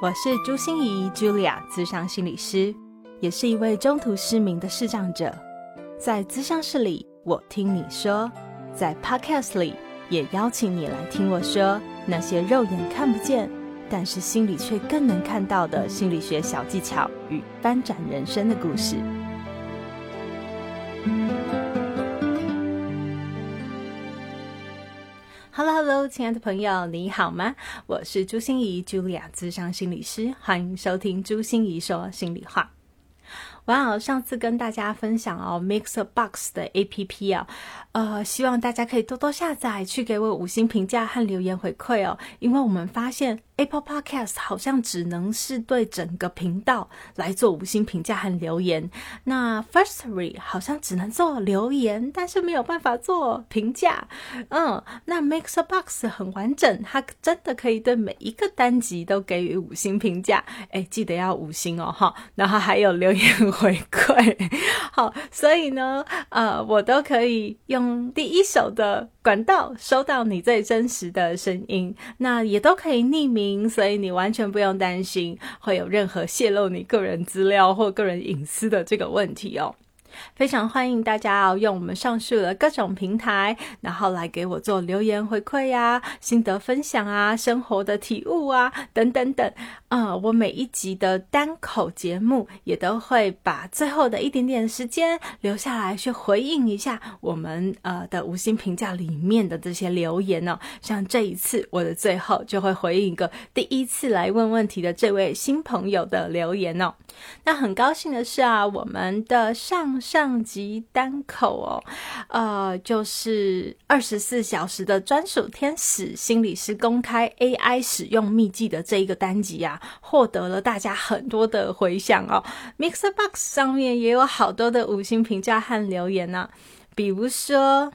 我是朱心怡 Julia 諮商心理师，也是一位中途失明的视障者。在諮商室里，我听你说，在 Podcast 里也邀请你来听我说那些肉眼看不见但是心里却更能看到的心理学小技巧与翻转人生的故事。Hello， 亲爱的朋友，你好吗？我是朱心怡 Julia 諮商心理师，欢迎收听朱心怡说心里话。哇，上次跟大家分享Mixerbox 的 APP 希望大家可以多多下载，去给我5星评价和留言回馈因为我们发现 Apple Podcast 好像只能是对整个频道来做5星评价和留言，那 Firstory 好像只能做留言，但是没有办法做评价。那 Mixerbox 很完整，它真的可以对每一个单集都给予5星评价，记得要5星然后还有留言回馈。好，所以呢我都可以用第一手的管道收到你最真实的声音，那也都可以匿名，所以你完全不用担心会有任何泄露你个人资料或个人隐私的这个问题非常欢迎大家用我们上述的各种平台，然后来给我做留言回馈心得分享生活的体悟等等等。我每一集的单口节目也都会把最后的一点点时间留下来去回应一下我们的5星评价里面的这些留言像这一次我的最后就会回应一个第一次来问问题的这位新朋友的留言那很高兴的是我们的上集单口就是24小时的专属天使心理师公开 AI 使用秘技的这一个单集获得了大家很多的回响Mixerbox 上面也有好多的5星评价和留言比如说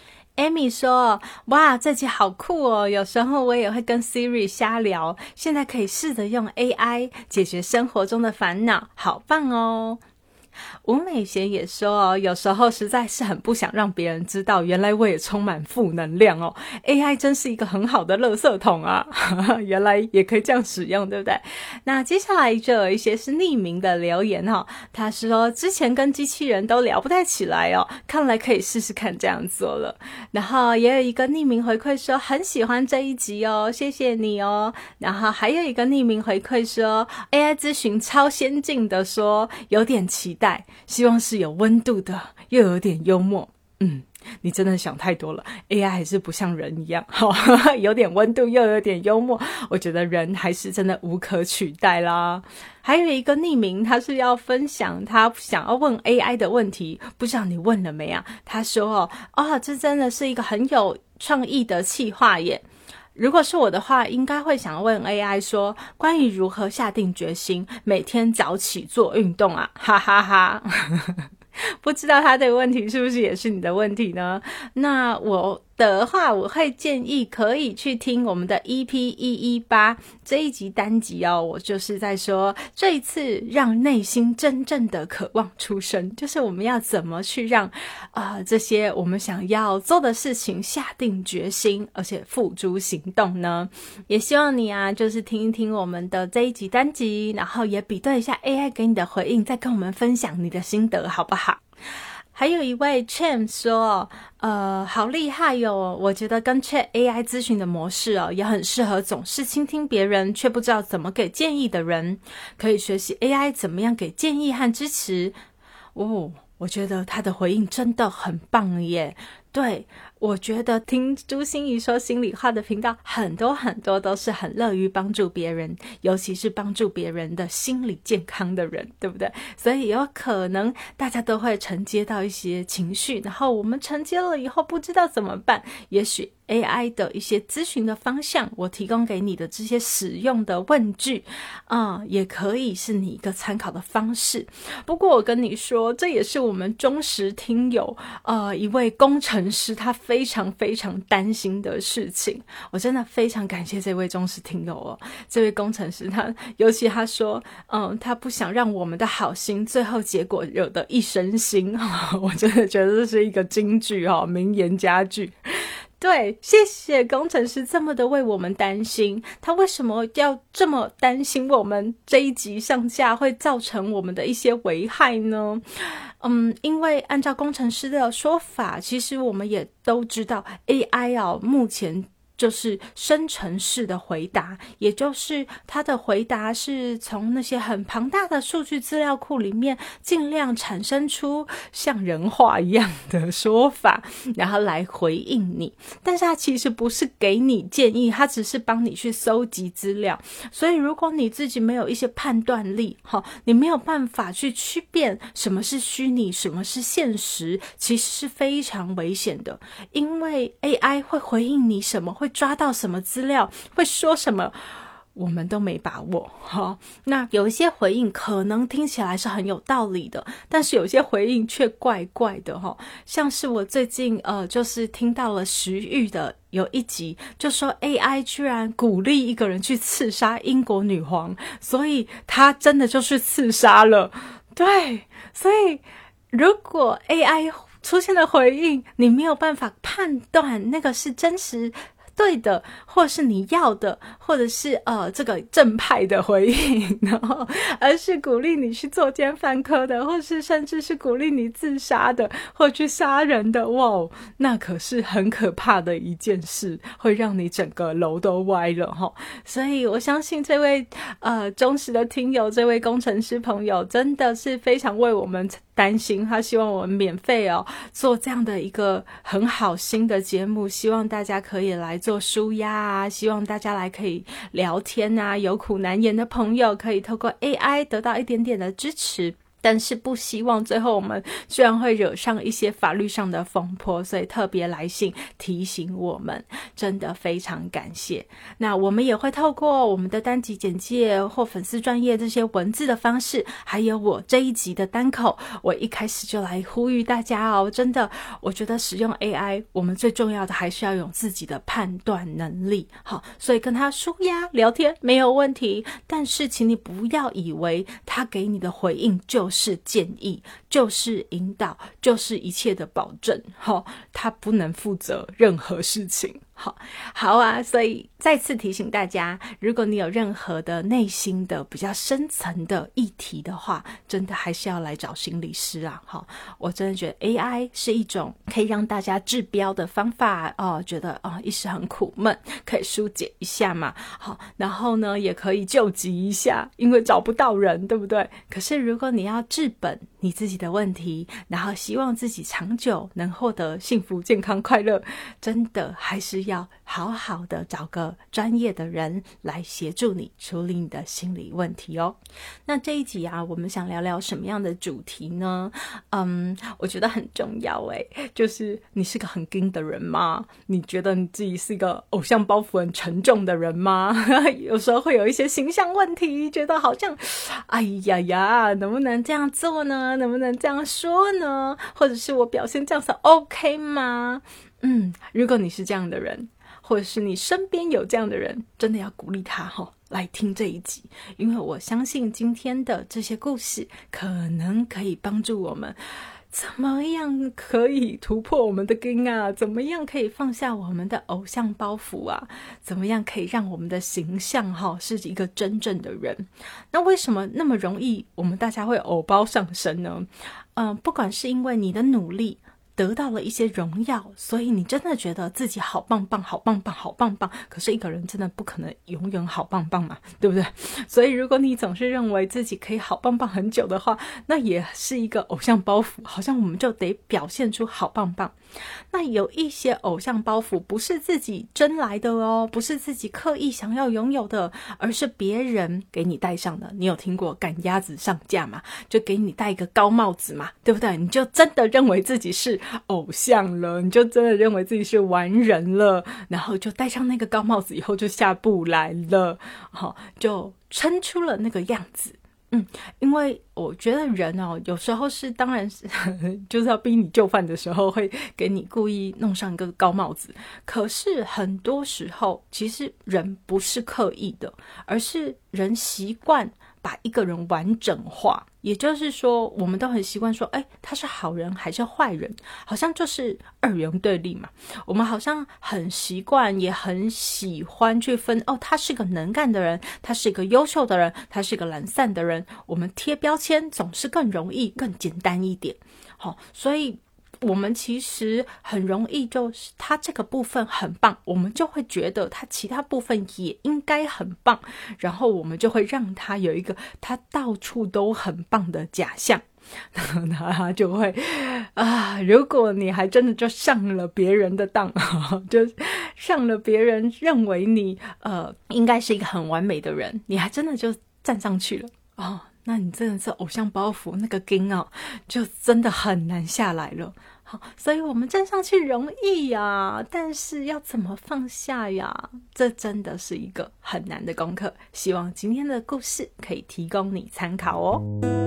Amy 说，哇，这集好酷有时候我也会跟 Siri 瞎聊，现在可以试着用 AI 解决生活中的烦恼，好棒吴美贤也说有时候实在是很不想让别人知道，原来我也充满负能量AI 真是一个很好的垃圾桶原来也可以这样使用，对不对？那接下来就有一些是匿名的留言他说之前跟机器人都聊不太起来看来可以试试看这样做了。然后也有一个匿名回馈说很喜欢这一集谢谢你然后还有一个匿名回馈说 AI 咨询超先进的，说有点期待，希望是有温度的又有点幽默。你真的想太多了， AI 还是不像人一样有点温度又有点幽默，我觉得人还是真的无可取代啦。还有一个匿名，他是要分享他想要问 AI 的问题，不知道你问了没他说这真的是一个很有创意的企划耶，如果是我的话应该会想问 AI 说关于如何下定决心每天早起做运动哈哈哈不知道他的问题是不是也是你的问题呢？那我的话我会建议可以去听我们的 EP118 这一集单集我就是在说这一次让内心真正的渴望出生，就是我们要怎么去让这些我们想要做的事情下定决心而且付诸行动呢。也希望你就是听一听我们的这一集单集，然后也比对一下 AI 给你的回应，再跟我们分享你的心得好不好？还有一位 Chan 说好厉害我觉得跟 Chat AI 咨询的模式也很适合总是倾听别人却不知道怎么给建议的人，可以学习 AI 怎么样给建议和支持我觉得他的回应真的很棒耶。对，我觉得听朱心怡说心里话的频道很多很多都是很乐于帮助别人，尤其是帮助别人的心理健康的人，对不对？所以有可能大家都会承接到一些情绪，然后我们承接了以后不知道怎么办，也许 AI 的一些咨询的方向，我提供给你的这些使用的问句也可以是你一个参考的方式。不过我跟你说，这也是我们忠实听友一位工程师他非常非常担心的事情。我真的非常感谢这位忠实听友这位工程师尤其他说他不想让我们的好心最后结果惹得一身腥我真的觉得这是一个金句名言佳句。 对，谢谢工程师这么的为我们担心。他为什么要这么担心我们这一集上架会造成我们的一些危害呢？因为按照工程师的说法，其实我们也都知道 AI 目前就是生成式的回答，也就是它的回答是从那些很庞大的数据资料库里面尽量产生出像人话一样的说法，然后来回应你。但是它其实不是给你建议，它只是帮你去搜集资料。所以如果你自己没有一些判断力，你没有办法去区辨什么是虚拟，什么是现实，其实是非常危险的。因为 AI 会回应你什么，会抓到什么资料，会说什么，我们都没把握。那有一些回应可能听起来是很有道理的，但是有些回应却怪怪的。像是我最近就是听到了徐玉的有一集，就说 AI 居然鼓励一个人去刺杀英国女皇，所以他真的就是刺杀了。对，所以如果 AI 出现的回应你没有办法判断那个是真实对的，或是你要的，或者是这个正派的回应，然后而是鼓励你去作奸犯科的，或是甚至是鼓励你自杀的，或去杀人的，哇，那可是很可怕的一件事，会让你整个楼都歪了齁。所以我相信这位忠实的听友，这位工程师朋友真的是非常为我们担心，他希望我们免费做这样的一个很好新的节目，希望大家可以来做抒压啊，希望大家来可以聊天啊，有苦难言的朋友可以透过 AI 得到一点点的支持，但是不希望最后我们居然会惹上一些法律上的风波，所以特别来信提醒我们，真的非常感谢。那我们也会透过我们的单集简介或粉丝专页这些文字的方式，还有我这一集的单口，我一开始就来呼吁大家真的，我觉得使用 AI 我们最重要的还是要有自己的判断能力。好，所以跟他抒压聊天没有问题，但是请你不要以为他给你的回应就是建议，就是引导，就是一切的保证。他不能负责任何事情。好啊，所以再次提醒大家，如果你有任何的内心的比较深层的议题的话，真的还是要来找心理师啊。我真的觉得 AI 是一种可以让大家治标的方法觉得一时很苦闷，可以疏解一下嘛。好，然后呢也可以救急一下，因为找不到人，对不对？可是如果你要治本你自己的问题，然后希望自己长久能获得幸福、健康、快乐，真的还是要好好的找个专业的人来协助你处理你的心理问题哦。那这一集啊，我们想聊聊什么样的主题呢？我觉得很重要就是你是个很硬的人吗？你觉得你自己是一个偶像包袱很沉重的人吗？有时候会有一些形象问题，觉得好像哎呀呀，能不能这样做呢？能不能这样说呢？或者是我表现这样子 OK 吗？如果你是这样的人，或者是你身边有这样的人，真的要鼓励他来听这一集，因为我相信今天的这些故事可能可以帮助我们怎么样可以突破我们的根啊，怎么样可以放下我们的偶像包袱啊，怎么样可以让我们的形象是一个真正的人。那为什么那么容易我们大家会偶包上升呢？不管是因为你的努力得到了一些荣耀，所以你真的觉得自己好棒棒好棒棒好棒棒，可是一个人真的不可能永远好棒棒嘛，对不对？所以如果你总是认为自己可以好棒棒很久的话，那也是一个偶像包袱，好像我们就得表现出好棒棒。那有一些偶像包袱不是自己争来的不是自己刻意想要拥有的，而是别人给你戴上的。你有听过赶鸭子上架吗？就给你戴一个高帽子嘛，对不对？你就真的认为自己是偶像了，你就真的认为自己是完人了，然后就戴上那个高帽子以后就下不来了，就撑出了那个样子。因为我觉得人有时候是当然是就是要逼你就范的时候会给你故意弄上一个高帽子，可是很多时候其实人不是刻意的，而是人习惯把一个人完整化，也就是说我们都很习惯说他是好人还是坏人，好像就是二元对立嘛。我们好像很习惯也很喜欢去分他是个能干的人，他是一个优秀的人，他是个懒散的人，我们贴标签总是更容易更简单一点。所以我们其实很容易就是他这个部分很棒，我们就会觉得他其他部分也应该很棒，然后我们就会让他有一个他到处都很棒的假象。那他就会如果你还真的就上了别人的当，就上了别人认为你应该是一个很完美的人，你还真的就站上去了那你真的是偶像包袱那个根就真的很难下来了。好，所以我们站上去容易呀，但是要怎么放下呀？这真的是一个很难的功课。希望今天的故事可以提供你参考哦。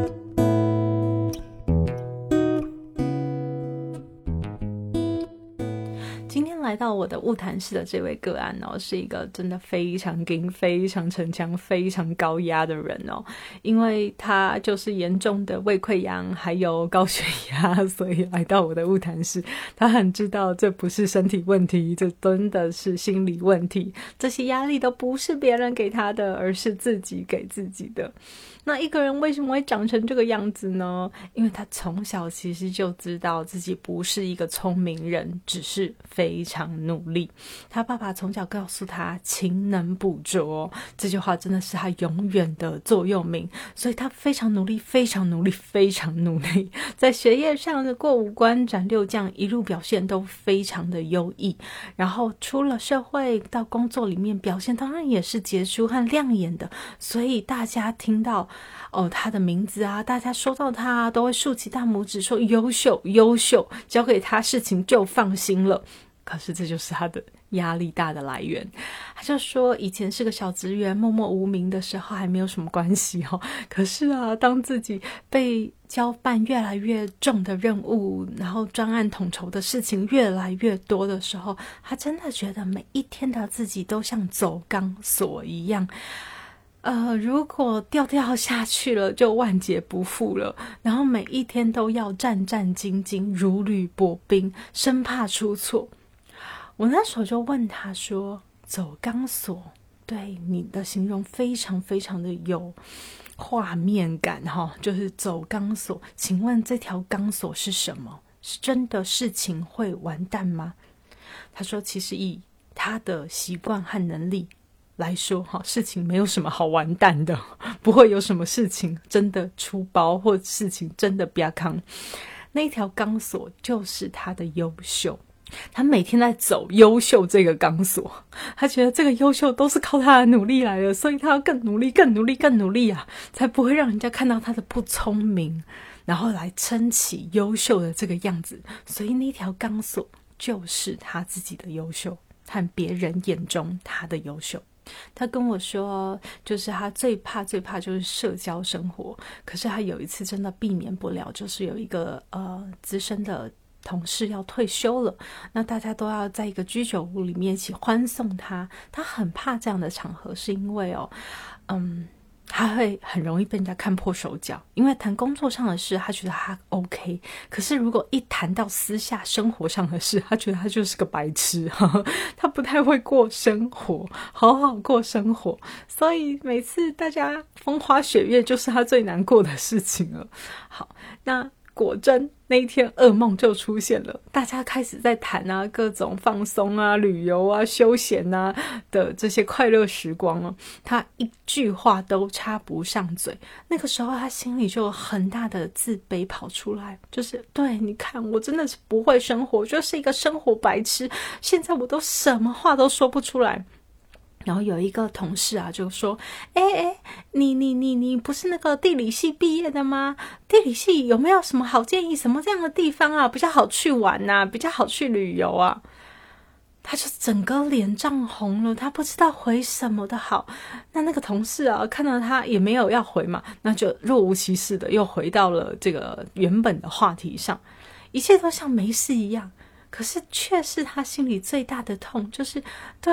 今天来到我的晤谈室的这位个案是一个真的非常硬、非常逞强、非常高压的人因为他就是严重的胃溃疡还有高血压，所以来到我的晤谈室。他很知道这不是身体问题，这真的是心理问题，这些压力都不是别人给他的，而是自己给自己的。那一个人为什么会长成这个样子呢？因为他从小其实就知道自己不是一个聪明人，只是非常努力。他爸爸从小告诉他勤能补拙，这句话真的是他永远的座右铭，所以他非常努力，非常努力，非常努力，在学业上的过五关斩六将，一路表现都非常的优异。然后出了社会到工作里面表现当然也是杰出和亮眼的，所以大家听到他的名字大家说到他都会竖起大拇指说优秀优秀，交给他事情就放心了。可是这就是他的压力大的来源。他就说以前是个小职员，默默无名的时候还没有什么关系可是当自己被交办越来越重的任务，然后专案统筹的事情越来越多的时候，他真的觉得每一天的自己都像走钢索一样，如果掉下去了就万劫不复了，然后每一天都要战战兢兢，如履薄冰，生怕出错。我那时候就问他说，走钢索对你的形容非常非常的有画面感就是走钢索，请问这条钢索是什么？是真的事情会完蛋吗？他说其实以他的习惯和能力来说事情没有什么好完蛋的，不会有什么事情真的出包或事情真的不要扛。那一条钢索就是他的优秀，他每天在走优秀这个钢索，他觉得这个优秀都是靠他的努力来的，所以他要更努力更努力更努力才不会让人家看到他的不聪明，然后来撑起优秀的这个样子。所以那条钢索就是他自己的优秀和别人眼中他的优秀。他跟我说就是他最怕就是社交生活，可是他有一次真的避免不了，就是有一个资深的同事要退休了，那大家都要在一个居酒屋里面一起欢送他。他很怕这样的场合，是因为他会很容易被人家看破手脚，因为谈工作上的事他觉得他 OK， 可是如果一谈到私下生活上的事，他觉得他就是个白痴他不太会过生活，好好过生活，所以每次大家风花雪月就是他最难过的事情了。好，那果真那一天噩梦就出现了，大家开始在谈各种放松旅游休闲的这些快乐时光他一句话都插不上嘴。那个时候他心里就有很大的自卑跑出来，就是对，你看我真的是不会生活，就是一个生活白痴，现在我都什么话都说不出来。然后有一个同事就说你不是那个地理系毕业的吗？地理系有没有什么好建议，什么这样的地方比较好去玩比较好去旅游他就整个脸涨红了，他不知道回什么的好。那个同事看到他也没有要回嘛，那就若无其事的又回到了这个原本的话题上，一切都像没事一样。可是却是他心里最大的痛，就是对，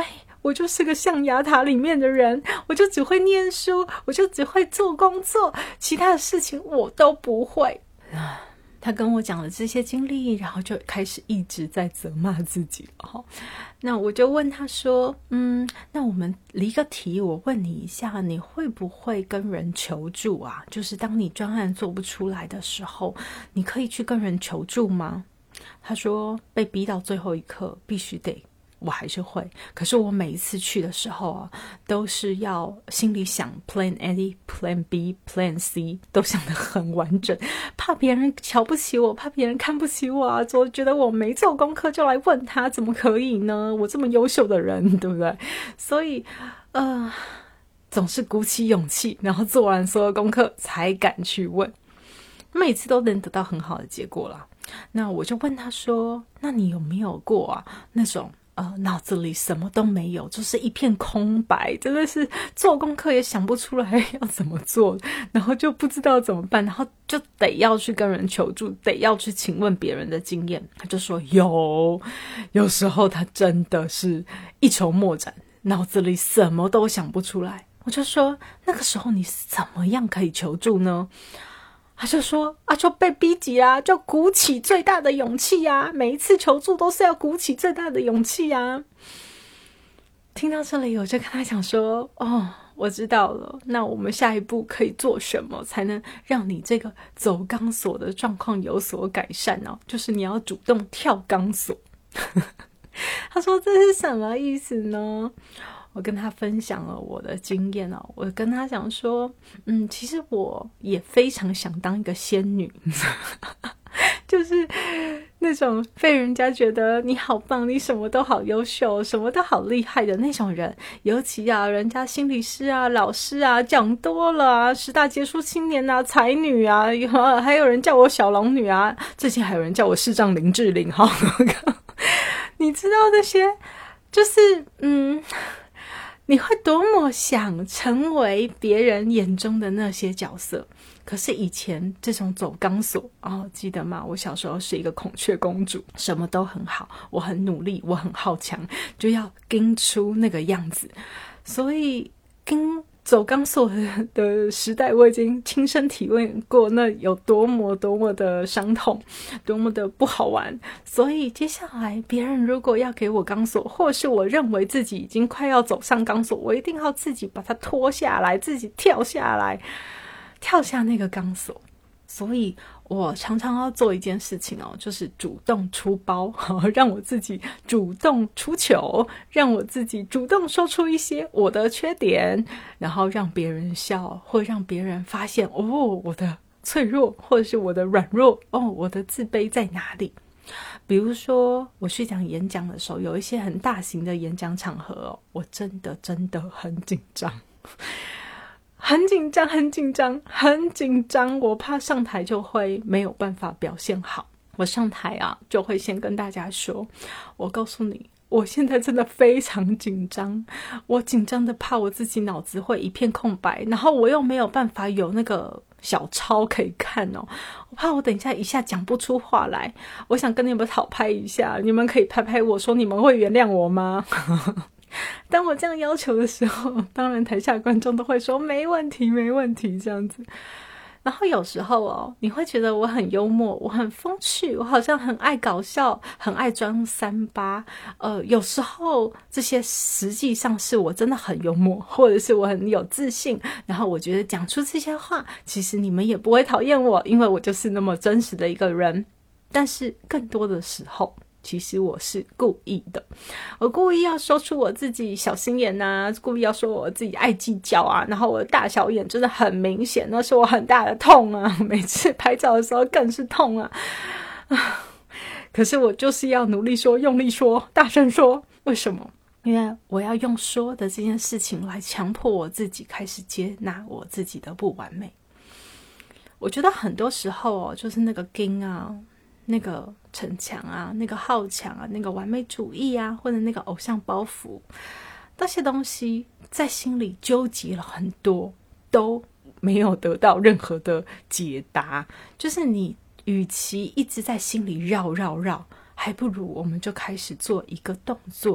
我就是个象牙塔里面的人，我就只会念书，我就只会做工作，其他的事情我都不会。他跟我讲了这些经历，然后就开始一直在责骂自己了。那我就问他说，那我们离个题，我问你一下，你会不会跟人求助啊？就是当你专案做不出来的时候，你可以去跟人求助吗？他说被逼到最后一刻必须得，我还是会，可是我每一次去的时候啊，都是要心里想 Plan A、Plan B、Plan C 都想得很完整，怕别人瞧不起我，怕别人看不起我啊，总觉得我没做功课就来问他，怎么可以呢？我这么优秀的人，对不对？所以总是鼓起勇气，然后做完所有功课才敢去问，每次都能得到很好的结果啦。那我就问他说，那你有没有过啊那种脑子里什么都没有，就是一片空白，真的是做功课也想不出来要怎么做，然后就不知道怎么办，然后就得要去跟人求助，得要去请问别人的经验。他就说有时候他真的是一筹莫展，脑子里什么都想不出来。我就说那个时候你怎么样可以求助呢？他就说就被逼急啦，就鼓起最大的勇气啊，每一次求助都是要鼓起最大的勇气啊。听到这里，我就跟他讲说，我知道了，那我们下一步可以做什么才能让你这个走钢索的状况有所改善呢？就是你要主动跳钢索。他说这是什么意思呢？我跟他分享了我的经验我跟他讲说，其实我也非常想当一个仙女，就是那种被人家觉得你好棒，你什么都好优秀，什么都好厉害的那种人。尤其人家心理师啊、老师啊讲多了10大杰出青年啊、才女啊，还有人叫我小龙女啊，最近还有人叫我视障林志玲你知道这些就是你会多么想成为别人眼中的那些角色。可是以前这种走钢索记得吗？我小时候是一个孔雀公主，什么都很好，我很努力，我很好强，就要跟出那个样子。所以跟走钢索的时代，我已经亲身体会过那有多么的伤痛，多么的不好玩。所以接下来别人如果要给我钢索，或是我认为自己已经快要走上钢索，我一定要自己把它拖下来，自己跳下来，跳下那个钢索。所以我常常要做一件事情就是主动出包，让我自己主动出糗，让我自己主动说出一些我的缺点，然后让别人笑，或让别人发现我的脆弱，或者是我的软弱，我的自卑在哪里。比如说我去讲演讲的时候，有一些很大型的演讲场合我真的很紧张，很紧张，我怕上台就会没有办法表现好。我上台就会先跟大家说，我告诉你，我现在真的非常紧张，我紧张的怕我自己脑子会一片空白，然后我又没有办法有那个小抄可以看我怕我等一下讲不出话来。我想跟你们讨拍一下，你们可以拍拍我说你们会原谅我吗？当我这样要求的时候，当然台下观众都会说没问题这样子。然后有时候你会觉得我很幽默，我很风趣，我好像很爱搞笑，很爱装3八。有时候这些实际上是我真的很幽默，或者是我很有自信，然后我觉得讲出这些话，其实你们也不会讨厌我，因为我就是那么真实的一个人。但是更多的时候，其实我是故意的，我故意要说出我自己小心眼故意要说我自己爱计较然后我的大小眼真的很明显，那是我很大的痛每次拍照的时候更是痛可是我就是要努力说，用力说，大声说。为什么？因为我要用说的这件事情来强迫我自己开始接纳我自己的不完美。我觉得很多时候就是那个硬那个逞强那个好强那个完美主义或者那个偶像包袱，那些东西在心里纠结了很多，都没有得到任何的解答。就是你与其一直在心里绕，还不如我们就开始做一个动作，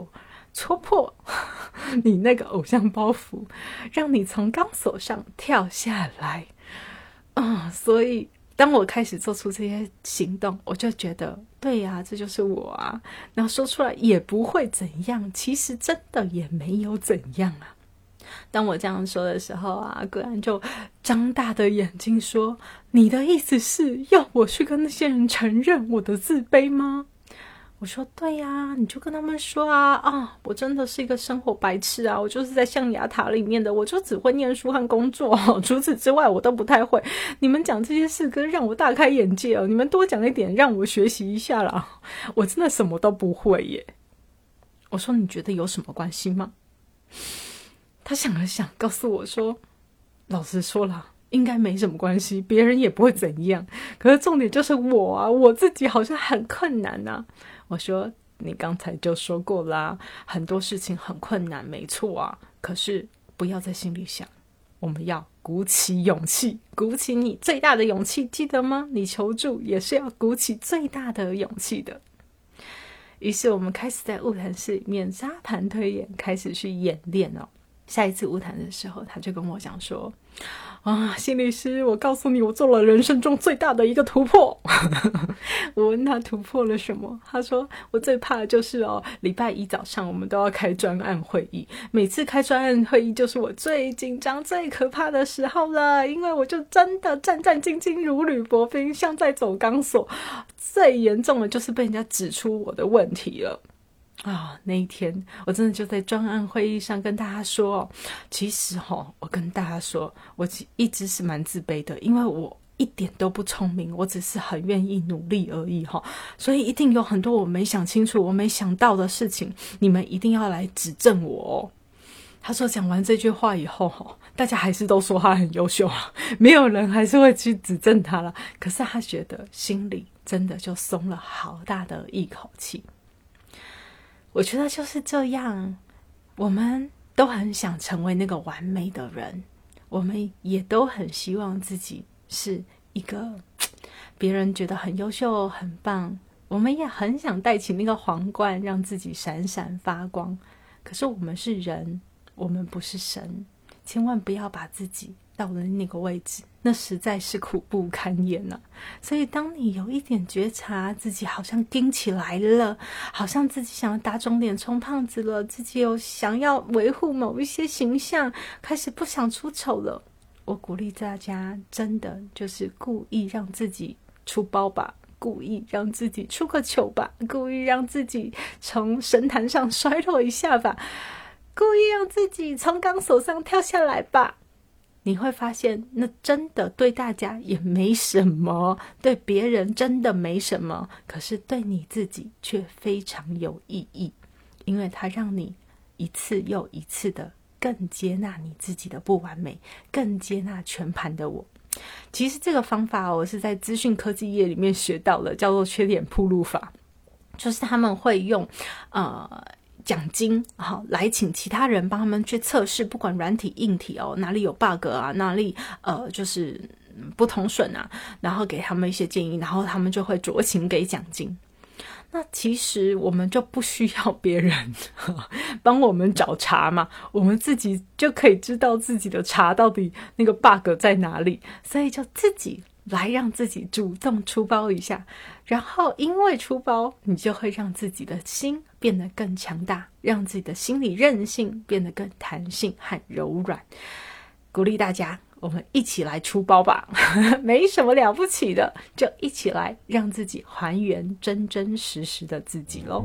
戳破你那个偶像包袱，让你从钢索上跳下来。所以当我开始做出这些行动，我就觉得对啊，这就是我啊，然后说出来也不会怎样，其实真的也没有怎样啊。当我这样说的时候啊，果然就张大的眼睛说，你的意思是要我去跟那些人承认我的自卑吗？我说对呀，你就跟他们说我真的是一个生活白痴啊，我就是在象牙塔里面的，我就只会念书和工作，除此之外我都不太会。你们讲这些事跟让我大开眼界你们多讲一点让我学习一下啦，我真的什么都不会耶。我说你觉得有什么关系吗？他想了想告诉我说，老实说啦，应该没什么关系，别人也不会怎样，可是重点就是我自己好像很困难啊。我说你刚才就说过啦，很多事情很困难没错啊，可是不要在心里想，我们要鼓起勇气，鼓起你最大的勇气，记得吗？你求助也是要鼓起最大的勇气的。于是我们开始在晤谈室里面沙盘推演，开始去演练下一次晤谈的时候，他就跟我讲说，心理师，我告诉你，我做了人生中最大的一个突破。我问他突破了什么，他说我最怕的就是礼拜一早上我们都要开专案会议，每次开专案会议就是我最紧张最可怕的时候了，因为我就真的战战兢兢如履薄冰，像在走钢索，最严重的就是被人家指出我的问题了。那一天我真的就在专案会议上跟大家说，其实我跟大家说，我一直是蛮自卑的，因为我一点都不聪明，我只是很愿意努力而已所以一定有很多我没想清楚我没想到的事情，你们一定要来指正我他说讲完这句话以后大家还是都说他很优秀没有人还是会去指正他了，可是他觉得心里真的就松了好大的一口气。我觉得就是这样，我们都很想成为那个完美的人，我们也都很希望自己是一个别人觉得很优秀很棒，我们也很想戴起那个皇冠让自己闪闪发光，可是我们是人，我们不是神，千万不要把自己到了那个位置，那实在是苦不堪言所以当你有一点觉察自己好像盯起来了，好像自己想要打肿脸充胖子了，自己有想要维护某一些形象，开始不想出丑了，我鼓励大家真的就是故意让自己出包吧，故意让自己出个糗吧，故意让自己从神坛上摔落一下吧，故意让自己从钢索上跳下来吧。你会发现那真的对大家也没什么，对别人真的没什么，可是对你自己却非常有意义，因为它让你一次又一次的更接纳你自己的不完美，更接纳全盘的我。其实这个方法我是在资讯科技业里面学到的，叫做缺点暴露法，就是他们会用奖金来请其他人帮他们去测试，不管软体硬体哪里有 bug 哪里就是不通顺然后给他们一些建议，然后他们就会酌情给奖金。那其实我们就不需要别人帮我们找茬嘛，我们自己就可以知道自己的茬到底那个 bug 在哪里，所以就自己来让自己主动出包一下，然后因为出包，你就会让自己的心变得更强大，让自己的心理韧性变得更弹性和柔软。鼓励大家，我们一起来出包吧没什么了不起的，就一起来让自己还原真真实实的自己咯。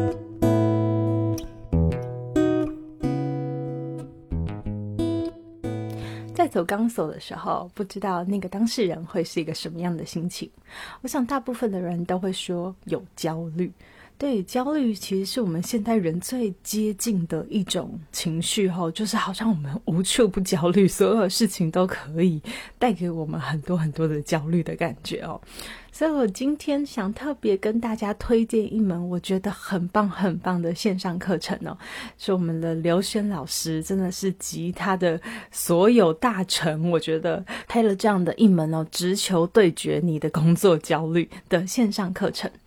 在走钢索的时候，不知道那个当事人会是一个什么样的心情。我想大部分的人都会说有焦虑。对，焦虑其实是我们现代人最接近的一种情绪就是好像我们无处不焦虑，所有事情都可以带给我们很多很多的焦虑的感觉所以我今天想特别跟大家推荐一门我觉得很棒很棒的线上课程是我们的刘轩老师，真的是集他的所有大成，我觉得开了这样的一门直球对决你的工作焦虑的线上课程。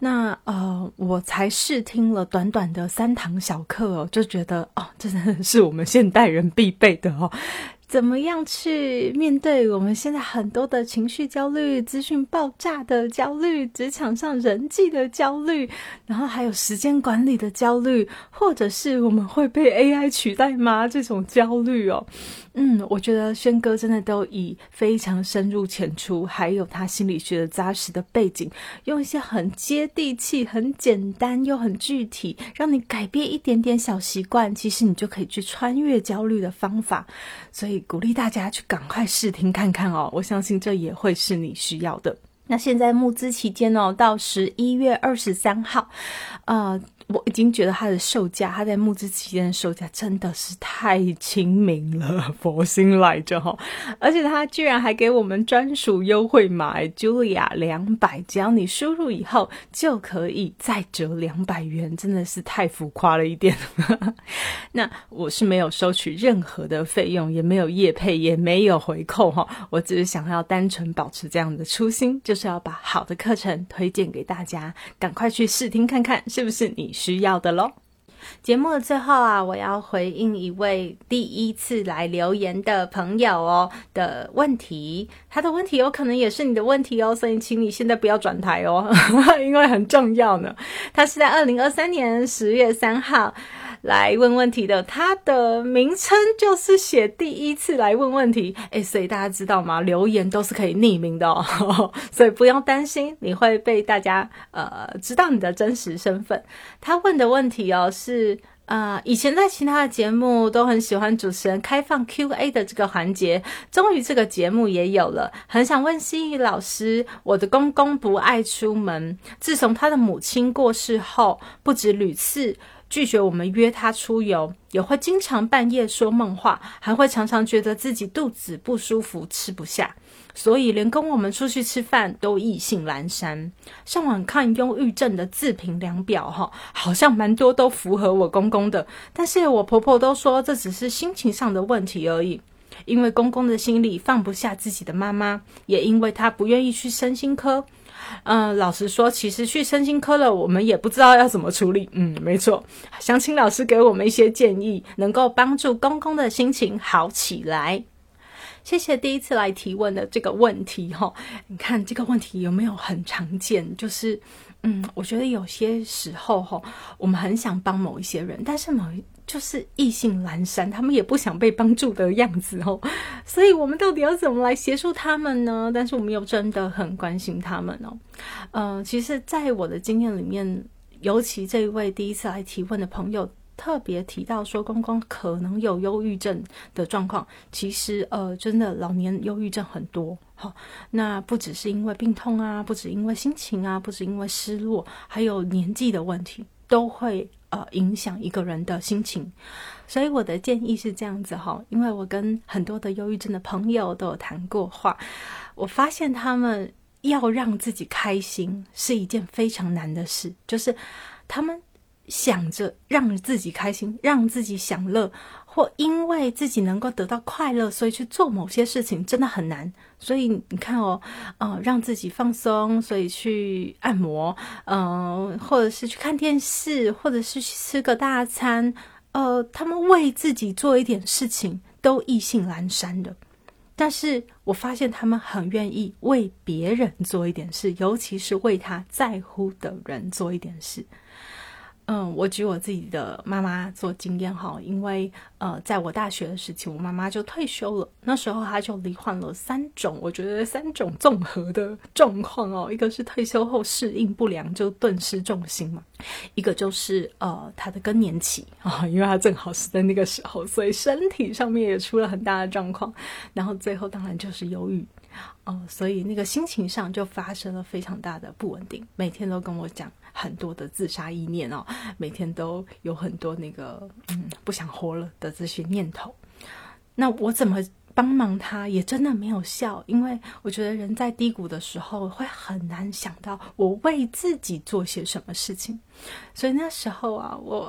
那我才试听了短短的3堂小课哦，就觉得这真的是我们现代人必备的哦。怎么样去面对我们现在很多的情绪焦虑、资讯爆炸的焦虑、职场上人际的焦虑，然后还有时间管理的焦虑，或者是我们会被 AI 取代吗？这种焦虑哦。我觉得轩哥真的都以非常深入浅出，还有他心理学的扎实的背景，用一些很接地气、很简单又很具体，让你改变一点点小习惯，其实你就可以去穿越焦虑的方法。所以鼓励大家去赶快试听看看哦，我相信这也会是你需要的。那现在募资期间哦，到11月23号，我已经觉得它的售价，它在募资期间的售价真的是太亲民了，佛心来着齁。而且它居然还给我们专属优惠码 Julia 200，只要你输入以后就可以再折200元，真的是太浮夸了一点。那我是没有收取任何的费用，也没有业配，也没有回扣齁，我只是想要单纯保持这样的初心，就是要把好的课程推荐给大家，赶快去试听看看是不是你需要的咯。节目的最后啊，我要回应一位第一次来留言的朋友的问题，他的问题有可能也是你的问题所以请你现在不要转台因为很重要呢。他是在2023年10月3号来问问题的，他的名称就是写第一次来问问题，所以大家知道吗？留言都是可以匿名的所以不用担心你会被大家知道你的真实身份。他问的问题是以前在其他的节目都很喜欢主持人开放 Q&A 的这个环节，终于这个节目也有了。很想问心怡老师，我的公公不爱出门，自从他的母亲过世后，不止屡次拒绝我们约他出游，也会经常半夜说梦话，还会常常觉得自己肚子不舒服吃不下，所以连跟我们出去吃饭都意兴阑珊。上网看忧郁症的自评量表好像蛮多都符合我公公的，但是我婆婆都说这只是心情上的问题而已。因为公公的心里放不下自己的妈妈，也因为他不愿意去身心科。老实说，其实去身心科了，我们也不知道要怎么处理。没错，想请老师给我们一些建议，能够帮助公公的心情好起来。谢谢第一次来提问的这个问题你看这个问题有没有很常见？就是我觉得有些时候我们很想帮某一些人，但是就是意兴阑珊，他们也不想被帮助的样子所以我们到底要怎么来协助他们呢？但是我们又真的很关心他们其实在我的经验里面，尤其这一位第一次来提问的朋友特别提到说公公可能有忧郁症的状况，其实真的老年忧郁症很多那不只是因为病痛啊，不只因为心情啊，不只因为失落，还有年纪的问题都会影响一个人的心情。所以我的建议是这样子因为我跟很多的忧郁症的朋友都有谈过话，我发现他们要让自己开心是一件非常难的事，就是他们想着让自己开心，让自己享乐，或因为自己能够得到快乐，所以去做某些事情真的很难。所以你看让自己放松，所以去按摩，或者是去看电视，或者是去吃个大餐，他们为自己做一点事情都意兴阑珊的。但是我发现他们很愿意为别人做一点事，尤其是为他在乎的人做一点事。我举我自己的妈妈做经验因为在我大学的时期，我妈妈就退休了，那时候她就罹患了3种，我觉得3种综合的状况一个是退休后适应不良，就顿失重心嘛，一个就是她的更年期因为她正好是在那个时候，所以身体上面也出了很大的状况，然后最后当然就是忧郁所以那个心情上就发生了非常大的不稳定，每天都跟我讲很多的自杀意念每天都有很多那个不想活了的这些念头。那我怎么帮忙他也真的没有效，因为我觉得人在低谷的时候会很难想到我为自己做些什么事情。所以那时候我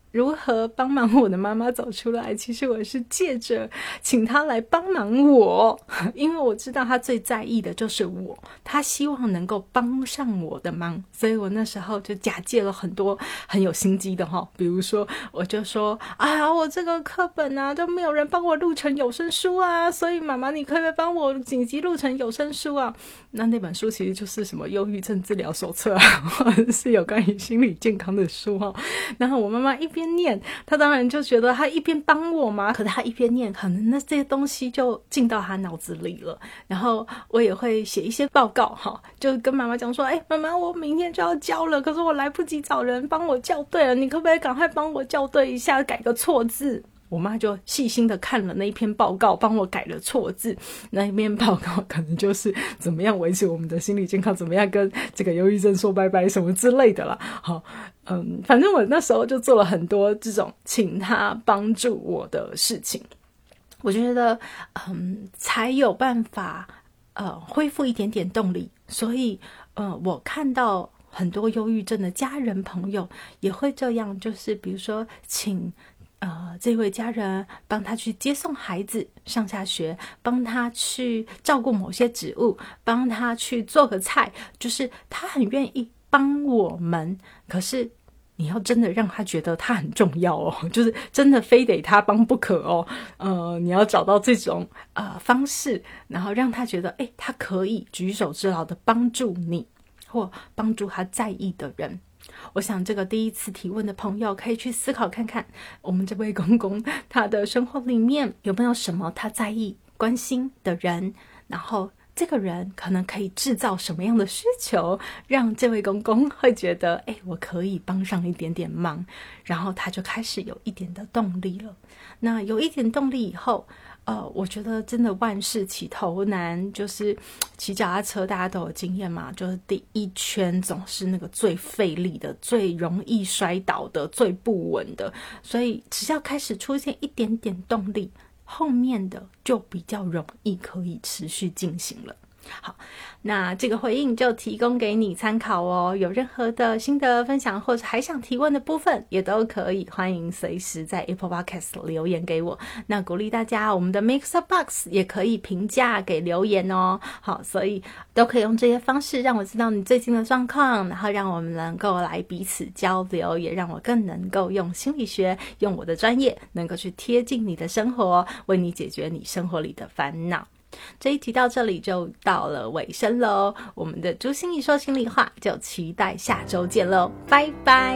如何帮忙我的妈妈走出来，其实我是借着请她来帮忙我，因为我知道她最在意的就是我，她希望能够帮上我的忙，所以我那时候就假借了很多很有心机的比如说我就说我这个课本啊都没有人帮我录成有声书啊，所以妈妈你可不可以帮我紧急录成有声书啊？那本书其实就是什么忧郁症治疗手册啊，或者是有关于心理健康的书然后我妈妈一边念，她当然就觉得她一边帮我嘛，可是她一边念，可能那这些东西就进到她脑子里了。然后我也会写一些报告就跟妈妈讲说，妈妈我明天就要交了，可是我来不及找人帮我校对了，你可不可以赶快帮我校对一下，改个错字？我妈就细心的看了那一篇报告，帮我改了错字。那一篇报告可能就是怎么样维持我们的心理健康，怎么样跟这个忧郁症说拜拜什么之类的啦。反正我那时候就做了很多这种请他帮助我的事情。我觉得才有办法恢复一点点动力。所以我看到很多忧郁症的家人朋友也会这样，就是比如说请这位家人帮他去接送孩子上下学，帮他去照顾某些植物，帮他去做个菜，就是他很愿意帮我们，可是你要真的让他觉得他很重要就是真的非得他帮不可你要找到这种方式，然后让他觉得他可以举手之劳的帮助你，或帮助他在意的人。我想这个第一次提问的朋友可以去思考看看，我们这位公公他的生活里面有没有什么他在意关心的人，然后这个人可能可以制造什么样的需求，让这位公公会觉得我可以帮上一点点忙，然后他就开始有一点的动力了。那有一点动力以后我觉得真的万事起头难，就是骑脚踏车大家都有经验嘛，就是第一圈总是那个最费力的，最容易摔倒的，最不稳的，所以只要开始出现一点点动力，后面的就比较容易可以持续进行了。好，那这个回应就提供给你参考有任何的心得分享或者还想提问的部分也都可以，欢迎随时在 Apple Podcast 留言给我。那鼓励大家，我们的 Mixer Box 也可以评价给留言好，所以都可以用这些方式让我知道你最近的状况，然后让我们能够来彼此交流，也让我更能够用心理学，用我的专业能够去贴近你的生活，为你解决你生活里的烦恼。这一集到这里就到了尾声咯，我们的朱心怡说心里话就期待下周见咯，拜拜。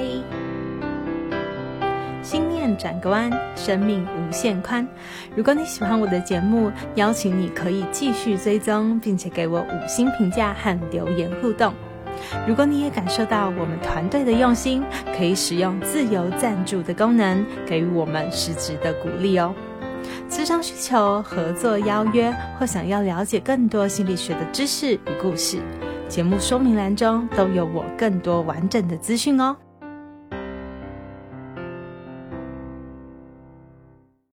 心念转个弯，生命无限宽。如果你喜欢我的节目，邀请你可以继续追踪，并且给我5星评价和留言互动。如果你也感受到我们团队的用心，可以使用自由赞助的功能，给予我们实质的鼓励咨商需求、合作邀约，或想要了解更多心理学的知识与故事，节目说明栏中都有我更多完整的资讯